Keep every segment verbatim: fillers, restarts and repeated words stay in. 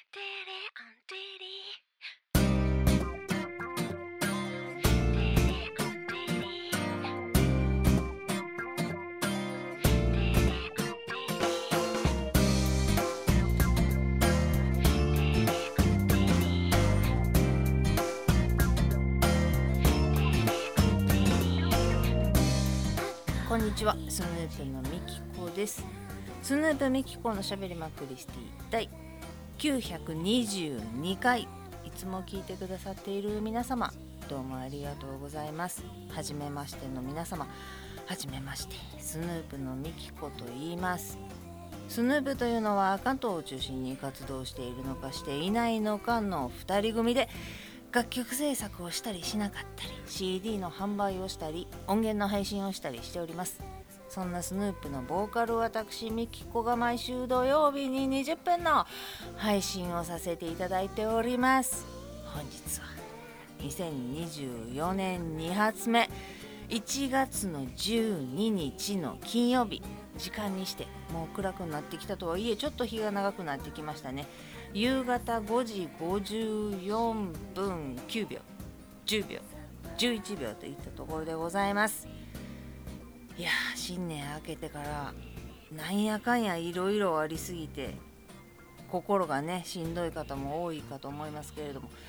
こんにちは、スヌープのみきこです。スヌープみきこのしゃべりまクリスティ第きゅうひゃくにじゅうにかい、いつも聞いてくださっている皆様、どうもありがとうございます。はじめましての皆様、はじめまして。スヌープのみきこと言います。スヌープというのは関東を中心に活動しているのかしていないのかのふたり組で、楽曲制作をしたりしなかったり、 シーディー の販売をしたり、音源の配信をしたりしております。そんなスヌープのボーカル私みきこが毎週土曜日ににじゅっぷんの配信をさせていただいております。本日はにせんにじゅうよねんに発目、いちがつのじゅうににちの金曜日、時間にしてもう暗くなってきたとはいえ、ちょっと日が長くなってきましたね。夕方ごじごじゅうよんぷんきゅうびょう、じゅうびょう、じゅういちびょうといったところでございます。いやー、新年明けてからなんやかんやいろいろありすぎて、心がねしんどい方も多いかと思いますけれども、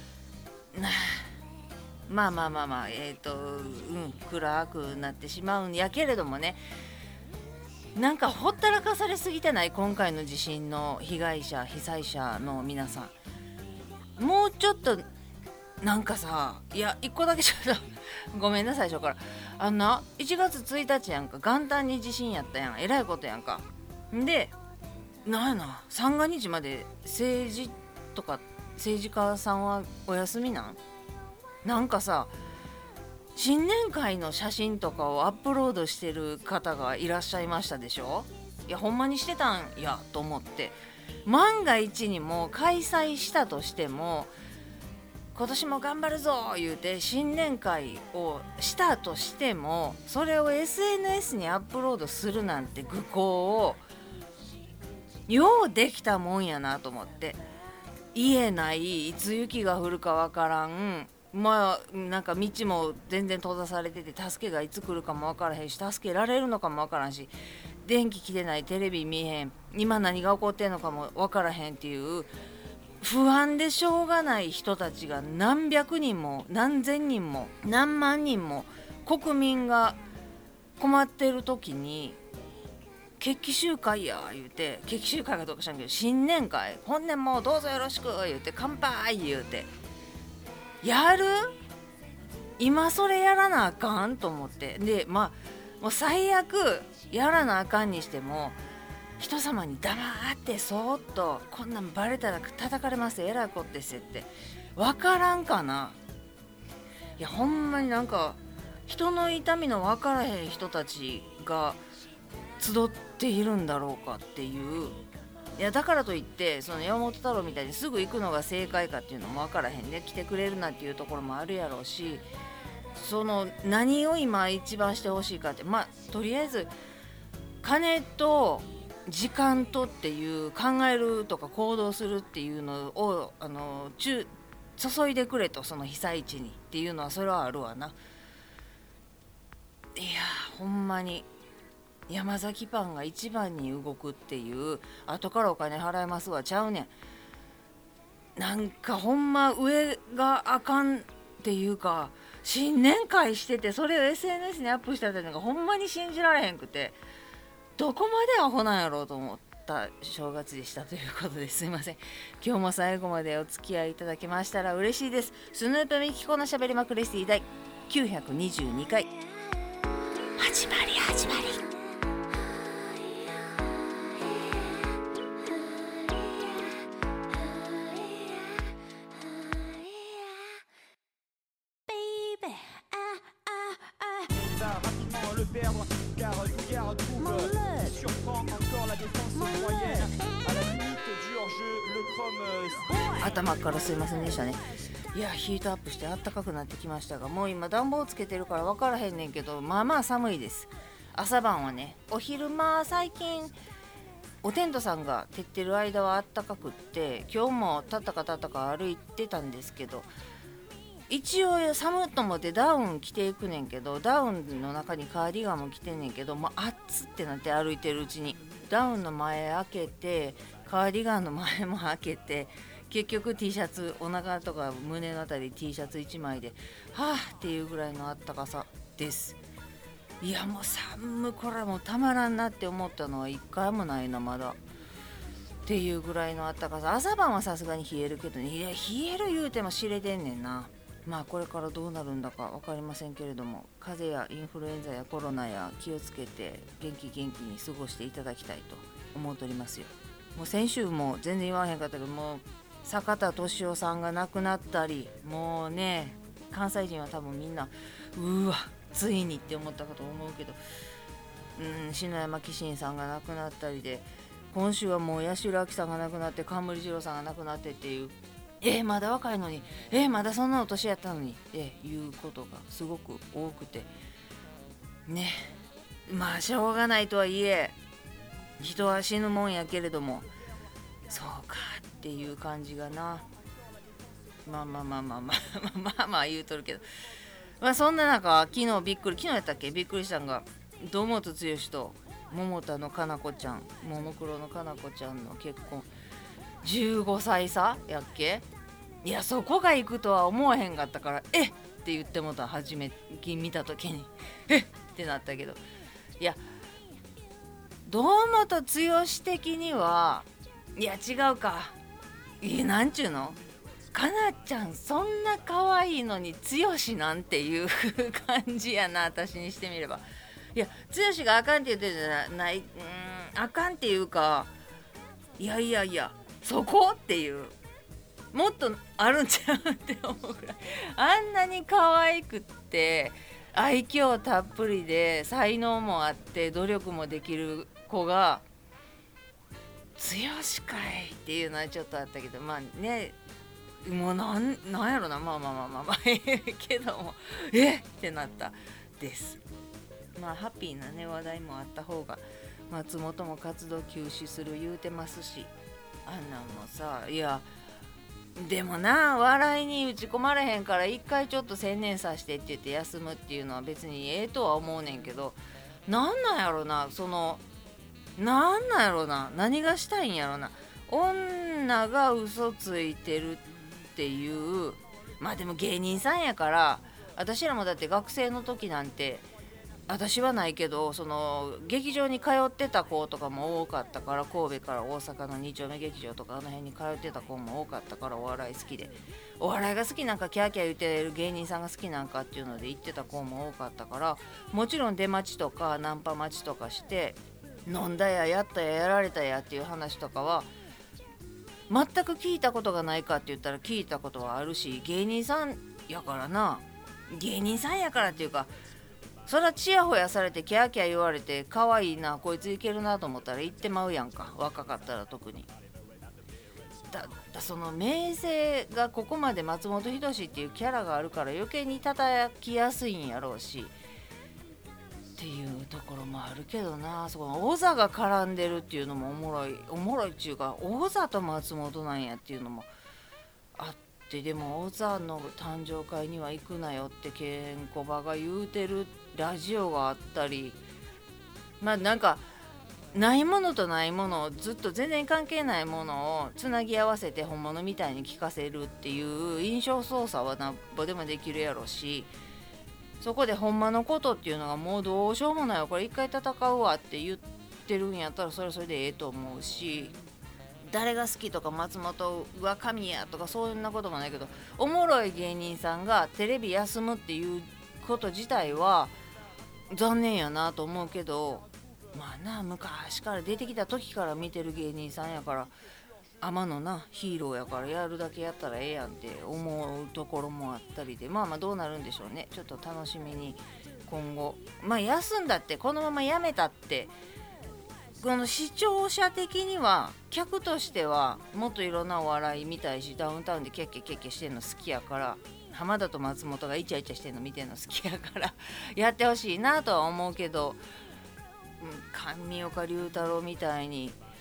まあまあまあまあえっとうん暗くなってしまうんやけれどもね、なんかほったらかされすぎてない？今回の地震の被害者被災者の皆さん、もうちょっとなんかさ、いや一個だけちょっとごめんなさい、最初からあんないちがつついたちやんか、元旦に地震やったやん、えらいことやんか。でなんやな、三が日まで政治とか政治家さんはお休みなん？なんかさ、新年会の写真とかをアップロードしてる方がいらっしゃいましたでしょ。いやほんまにしてたんやと思って、万が一にも開催したとしても今年も頑張るぞ言うて新年会をしたとしても、それを エスエヌエス にアップロードするなんて愚行をようできたもんやなと思って。家ない、いつ雪が降るかわからん、まあなんか道も全然閉ざされてて、助けがいつ来るかもわからへんし、助けられるのかもわからんし、電気来てない、テレビ見えへん、今何が起こってんのかもわからへんっていう不安でしょうがない人たちが何百人も何千人も何万人も国民が困ってる時に、決起集会や言うて、決起集会かどうか知らんけど新年会、本年もどうぞよろしく言うて、乾杯言うてやる？今それやらなあかんと思って。でまあもう最悪やらなあかんにしても、人様に黙ってそーっと、こんなんバレたら叩かれます、えらいこってせってわからんかな。いやほんまになんか人の痛みのわからへん人たちが集っているんだろうかっていう。いやだからといってその山本太郎みたいにすぐ行くのが正解かっていうのも分からへんね。来てくれるなっていうところもあるやろうし、その何を今一番してほしいかって、まあとりあえず金と時間とっていう考えるとか行動するっていうのをあの注注いでくれと、その被災地にっていうのはそれはあるわな。いやほんまに山崎パンが一番に動くっていう、後からお金払いますわちゃうねん。なんかほんま上があかんっていうか、新年会しててそれを エスエヌエス にアップしたっていうのがほんまに信じられへんくて、どこまでアホなんやろうと思った正月でしたということで、すいません。今日も最後までお付き合いいただけましたら嬉しいです。スヌープみきこのしゃべりまクリスティ第きゅうひゃくにじゅうにかい、始まり始まり。頭からすいませんでしたね。いやヒートアップしてあったかくなってきましたが、もう今暖房つけてるから分からへんねんけど、まあまあ寒いです。朝晩はね、お昼間最近おテントさんが照ってる間はあったかくって、今日もたったかたったか歩いてたんですけど、一応寒っと思ってダウン着ていくねんけど、ダウンの中にカーディガンも着てんねんけど、もう暑ってなって歩いてるうちにダウンの前開けてカーディガンの前も開けて、結局 T シャツ、お腹とか胸のあたり T シャツいちまいではぁっていうぐらいのあったかさです。いやもう寒、これはもうたまらんなって思ったのは一回もないな、まだっていうぐらいのあったかさ。朝晩はさすがに冷えるけどね、いや冷える言うても知れてんねんな。まあこれからどうなるんだか分かりませんけれども、風邪やインフルエンザやコロナや気をつけて元気元気に過ごしていただきたいと思っておりますよ。もう先週も全然言わへんかったけど、もう坂田敏夫さんが亡くなったり、もうね関西人は多分みんなうわついにって思ったかと思うけど、うん、篠山紀信さんが亡くなったりで、今週はもう八代亜紀さんが亡くなって、冠二郎さんが亡くなってっていう、えー、まだ若いのに、えー、まだそんなお年やったのにっていうことがすごく多くてね。まあしょうがないとはいえ、人は死ぬもんやけれども、そうかっていう感じがな。まあまあまあまあまあまあまあまあ言うとるけど、まあそんな中、昨日びっくり、昨日やったっけ、びっくりしたんが、堂本剛と桃田のかなこちゃん、ももクロのかなこちゃんの結婚、じゅうごさい差やっけ。いやそこが行くとは思わへんかったから、えっって言ってもた、初め見た時にえっってなったけど、いや堂本剛的には、いや違うか、いやなんちゅうの、かなちゃんそんな可愛いのに剛なんていう感じやな、私にしてみれば。いや剛があかんって言ってるんじゃない、うーんあかんっていうか、いやいやいやそこっていう、もっとあるんちゃうって思うぐらい、あんなに可愛くって愛嬌たっぷりで才能もあって努力もできる子が剛かいっていうのはちょっとあったけど、まあね、もうなん、なんやろな、まあまあまあまあまあけどもえってなったです。まあハッピーなね話題もあった方が、松本も活動休止する言うてますし、あんなんもさ、いやでもな、笑いに打ち込まれへんから一回ちょっと専念させてって言って休むっていうのは別にええとは思うねんけど、なんなんやろな、そのなんなんやろな、何がしたいんやろな、女が嘘ついてるっていう。まあでも芸人さんやから、私らもだって学生の時なんて、私はないけど、その劇場に通ってた子とかも多かったから、神戸から大阪のに丁目劇場とかあの辺に通ってた子も多かったから、お笑い好きで、お笑いが好きなんかキャーキャー言ってる芸人さんが好きなんかっていうので行ってた子も多かったから、もちろん出待ちとかナンパ待ちとかして飲んだややったややられたやっていう話とかは全く聞いたことがないかって言ったら聞いたことはあるし、芸人さんやからな、芸人さんやからっていうか、そらチヤホヤされてキャーキャー言われて可愛いなこいついけるなと思ったら行ってまうやんか、若かったら特に。だだその名声がここまで松本人志っていうキャラがあるから余計に叩きやすいんやろうしっていうところもあるけどな。そこの王座が絡んでるっていうのもおもろい、おもろいっていうか、王座と松本なんやっていうのもあって、でも王座の誕生会には行くなよってケンコバが言うてるラジオがあったり、まあなんかないものとないものをずっと全然関係ないものをつなぎ合わせて本物みたいに聞かせるっていう印象操作はなんぼでもできるやろし、そこでほんまのことっていうのがもうどうしようもないわ、これ一回戦うわって言ってるんやったらそれはそれでええと思うし、誰が好きとか松本は神やとかそんなこともないけど、おもろい芸人さんがテレビ休むっていうこと自体は残念やなと思うけど、まあな、昔から出てきた時から見てる芸人さんやから、天のなヒーローやからやるだけやったらええやんって思うところもあったりで、まあまあどうなるんでしょうね。ちょっと楽しみに今後、まあ休んだってこのままやめたって、この視聴者的には客としてはもっといろんなお笑い見たいし、ダウンタウンでキャッキャキャッキャしてんの好きやから、浜田と松本がイチャイチャしてんの見てんの好きやからやってほしいなとは思うけど、神岡龍太郎みたいに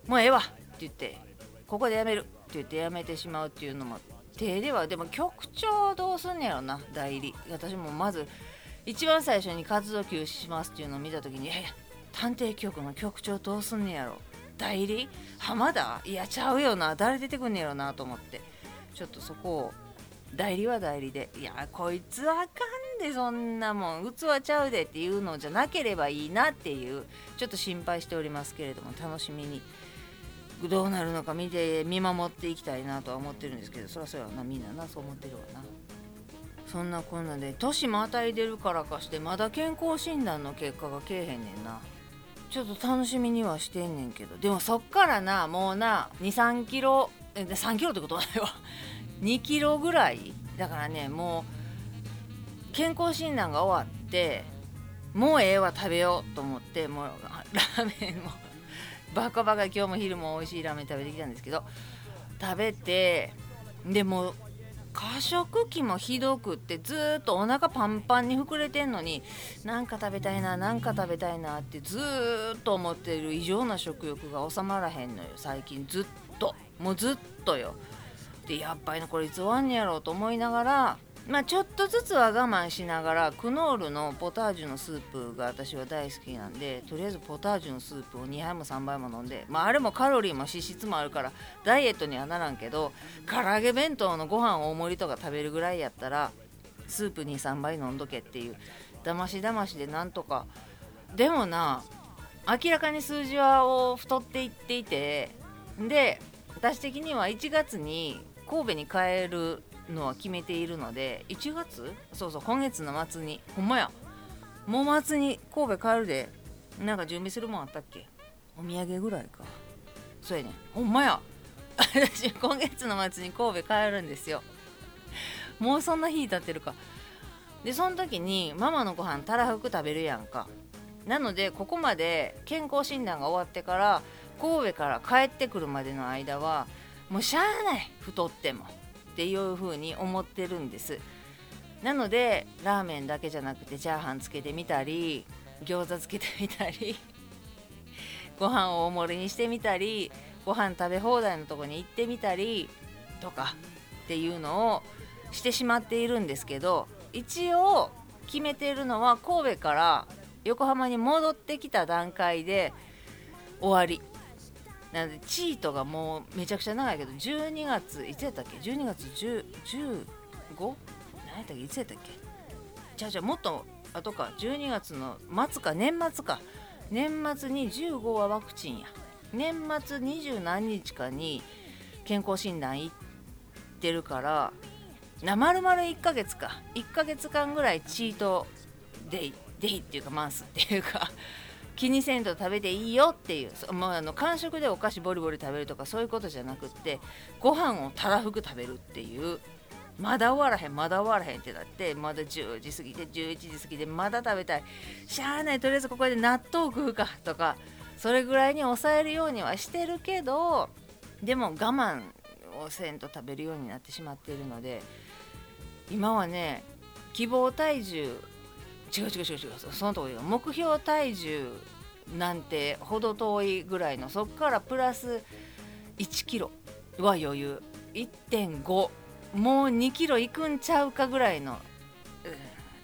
もうええわって言ってここでやめるって言ってやめてしまうっていうのも手では。でも局長どうすんねやろな、代理。私もまず一番最初に活動休止しますっていうのを見た時に、え探偵局の局長どうすんねやろ、代理浜田、いやちゃうよな、誰出てくんねやろなと思って、ちょっとそこを代理は代理で、いやこいつはあかんで、そんなもん器ちゃうでっていうのじゃなければいいなっていう、ちょっと心配しておりますけれども、楽しみにどうなるのか見て見守っていきたいなとは思ってるんですけど、そりゃそうやな、みんななそう思ってるわな。そんなこんなで年またいでるからかしてまだ健康診断の結果がけえへんねんな。ちょっと楽しみにはしてんねんけど、でもそっからなもうなにさんキロえさんキロってことはないわにキロぐらいだからね、もう健康診断が終わってもうええわ食べようと思って、もうラーメンもバカバカ今日も昼も美味しいラーメン食べてきたんですけど、食べてでも過食期もひどくってずっとお腹パンパンに膨れてんのに、なんか食べたいななんか食べたいなってずっと思ってる異常な食欲が収まらへんのよ最近。ずっともうずっとよ。でやっぱりなこれいつ終わんねやろうと思いながら、まあちょっとずつは我慢しながらクノールのポタージュのスープが私は大好きなんで、とりあえずポタージュのスープをにはいもさんばいも飲んで、まああれもカロリーも脂質もあるからダイエットにはならんけど、唐揚げ弁当のご飯大盛りとか食べるぐらいやったらスープにさんばい飲んどけっていうだましだましでなんとか。でもな明らかに数字はを太っていっていて、で私的にはいちがつに神戸に帰るのは決めているので、いちがつそうそう今月の末に、ほんまやもう末に神戸帰るで。なんか準備するもんあったっけ、お土産ぐらいか。そうやねほんまや私今月の末に神戸帰るんですよ。もうそんな日経ってるか。でその時にママのご飯たらふく食べるやんか。なのでここまで健康診断が終わってから神戸から帰ってくるまでの間はもうしゃあない太ってもっていう風に思ってるんです。なのでラーメンだけじゃなくてチャーハンつけてみたり餃子つけてみたりご飯を大盛りにしてみたりご飯食べ放題のとこに行ってみたりとかっていうのをしてしまっているんですけど、一応決めているのは神戸から横浜に戻ってきた段階で終わりなので、チートがもうめちゃくちゃ長いけどじゅうにがついつやったっけ、じゅうにがつじゅう、じゅうご？何やったっけ、いつやったっけ、じゃあじゃあもっと後か、じゅうにがつの末か年末か、年末にじゅうごはワクチンや、年末にじゅう何日かに健康診断行ってるから、な丸々いっかげつかいっかげつかんぐらいチートデイデイっていうかマンスっていうか気にせんと食べていいよっていう、まあ、あの間食でお菓子ボリボリ食べるとかそういうことじゃなくって、ご飯をたらふく食べるっていう、まだ終わらへんまだ終わらへんってなって、まだじゅうじ過ぎてじゅういちじ過ぎてまだ食べたい、しゃあないとりあえずここで納豆食うかとか、それぐらいに抑えるようにはしてるけど、でも我慢をせんと食べるようになってしまっているので、今はね希望体重違う違う違う違うそのとおりよ、目標体重なんてほど遠いぐらいの、そっからプラスいちキロは余裕、 いってんご もうにキロいくんちゃうかぐらいの、うん、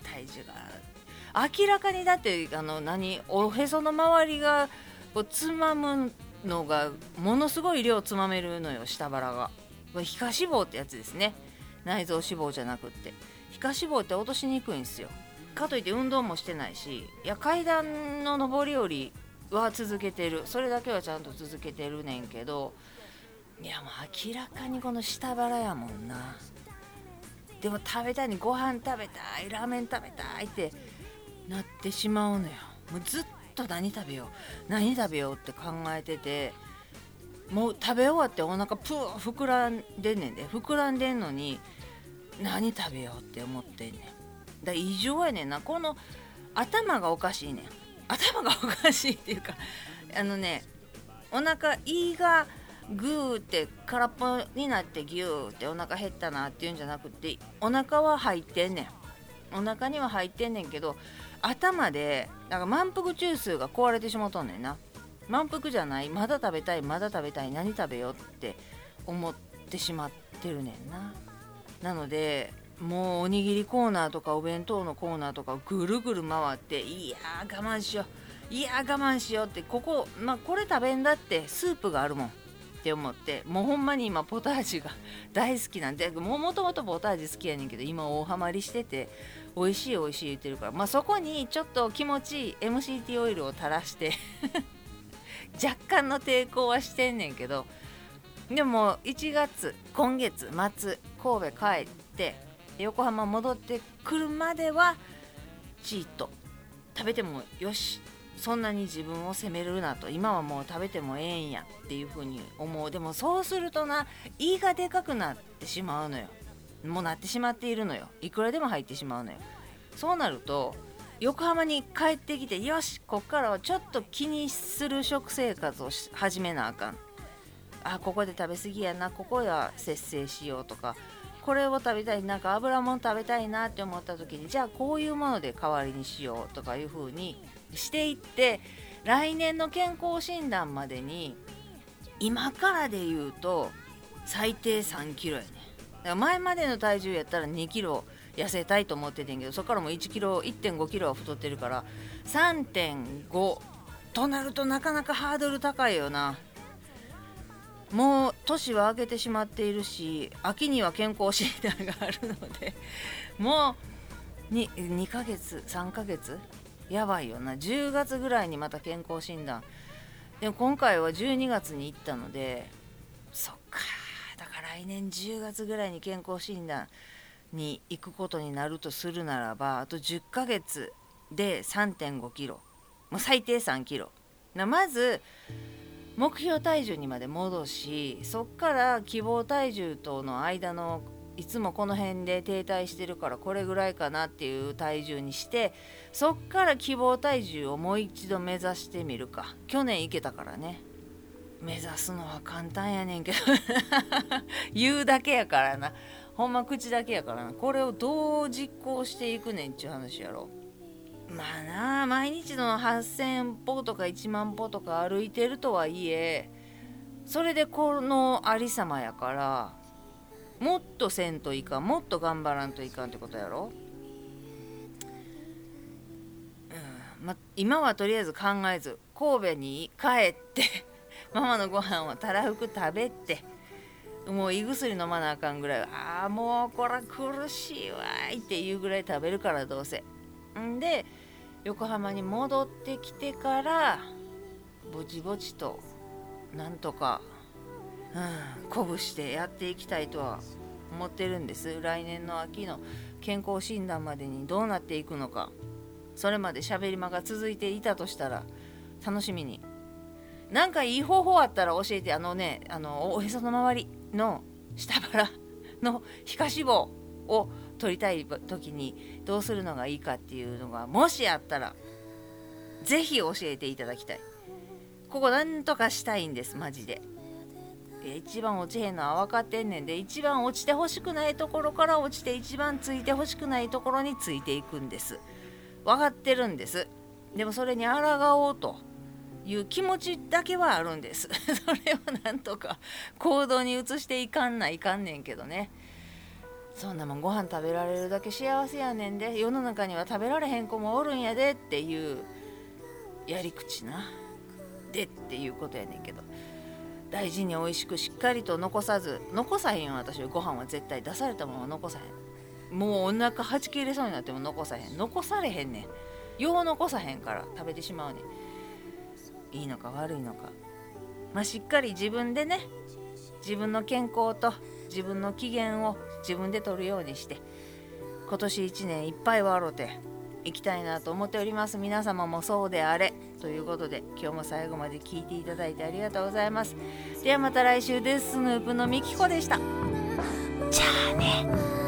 体重が明らかに、だってあの何おへその周りがこうつまむのがものすごい量つまめるのよ、下腹が。これ皮下脂肪ってやつですね、内臓脂肪じゃなくって。皮下脂肪って落としにくいんですよ。かといって運動もしてないし、いや階段の上り下りは続けてる、それだけはちゃんと続けてるねんけど、いやもう明らかにこの下腹やもんな。でも食べたいにご飯食べたいラーメン食べたいってなってしまうのよ。もうずっと何食べよう何食べようって考えてて、もう食べ終わってお腹プー膨らんでんねんで、膨らんでんのに何食べようって思ってんねん。だ異常やねんな、この頭がおかしいねん。頭がおかしいっていうか、あのねお腹胃がグーって空っぽになってギューってお腹減ったなっていうんじゃなくて、お腹は入ってんねん、お腹には入ってんねんけど、頭でなんか満腹中枢が壊れてしまうとんねんな。 満腹じゃない、まだ食べたいまだ食べたい、何食べようって思ってしまってるねんな。なのでもうおにぎりコーナーとかお弁当のコーナーとかぐるぐる回って、いやー我慢しよういやー我慢しようって、ここまあこれ食べんだってスープがあるもんって思って、もうほんまに今ポタージュが大好きなんで、もともとポタージュ好きやねんけど今大ハマりしてて、美味しい美味しい言ってるから、まあそこにちょっと気持ちいい エムシーティー オイルを垂らして若干の抵抗はしてんねんけど、でもいちがつ今月末神戸帰って横浜戻ってくるまではチート食べてもよし、そんなに自分を責めるなと、今はもう食べてもええんやっていう風に思う。でもそうするとな、胃がでかくなってしまうのよ。もうなってしまっているのよ。いくらでも入ってしまうのよ。そうなると横浜に帰ってきて、よしこっからはちょっと気にする食生活を始めなあかん、あここで食べ過ぎやな、ここは節制しようとか、これを食べたい、なんか油もん食べたいなって思った時に、じゃあこういうもので代わりにしようとかいう風にしていって、来年の健康診断までに今からで言うと最低さんキロやね。だから前までの体重やったらにキロ痩せたいと思っててんけど、そこからもいちキロ いってんごキロは太ってるから さんてんご となるとなかなかハードル高いよな。もう年は明けてしまっているし、秋には健康診断があるのでもう 2, にかげつさんかげつやばいよな。じゅうがつぐらいにまた健康診断でも、今回はじゅうにがつに行ったので、そっか、だから来年じゅうがつぐらいに健康診断に行くことになるとするならば、あとじゅっかげつで さんてんごキロ、もう最低さんキロな。まず目標体重にまで戻し、そっから希望体重との間のいつもこの辺で停滞してるからこれぐらいかなっていう体重にして、そっから希望体重をもう一度目指してみるか。去年行けたからね。目指すのは簡単やねんけど言うだけやからな、ほんま口だけやからな。これをどう実行していくねんっちゅう話やろ。まあなあ、毎日のはっせんぽとかいちまんぽとか歩いてるとはいえ、それでこのありさまやから、もっとせんといかん、もっと頑張らんといかんってことやろ。うん、ま、今はとりあえず考えず神戸に帰ってママのご飯をたらふく食べて、もう胃薬飲まなあかんぐらい、ああもうこら苦しいわいっていうぐらい食べるから、どうせんで横浜に戻ってきてからぼちぼちとなんとか、うん、鼓舞してやっていきたいとは思ってるんです。来年の秋の健康診断までにどうなっていくのか、それまで喋り間が続いていたとしたら楽しみに。なんかいい方法あったら教えて。あのね、あのおへその周りの下腹の皮下脂肪を取りたい時にどうするのがいいかっていうのがもしあったらぜひ教えていただきたい。ここなんとかしたいんです、マジで。一番落ちへんのは分かってんねんで、一番落ちてほしくないところから落ちて、一番ついてほしくないところについていくんです。分かってるんです。でもそれに抗おうという気持ちだけはあるんですそれをなんとか行動に移していかんないかんねんけどね。そんなもんご飯食べられるだけ幸せやねんで、世の中には食べられへん子もおるんやでっていうやり口なでっていうことやねんけど、大事に美味しくしっかりと残さず、残さへんよ私は。ご飯は絶対出されたまま残さへん。もうお腹はち切れそうになっても残さへん。残されへんねん。よう残さへんから食べてしまうねん。いいのか悪いのか、まあしっかり自分でね、自分の健康と自分の機嫌を自分で取るようにして、今年いちねんいっぱい笑うていきたいなと思っております。皆様もそうであれということで、今日も最後まで聞いていただいてありがとうございます。ではまた来週です。スヌープのみきこでした。じゃあね。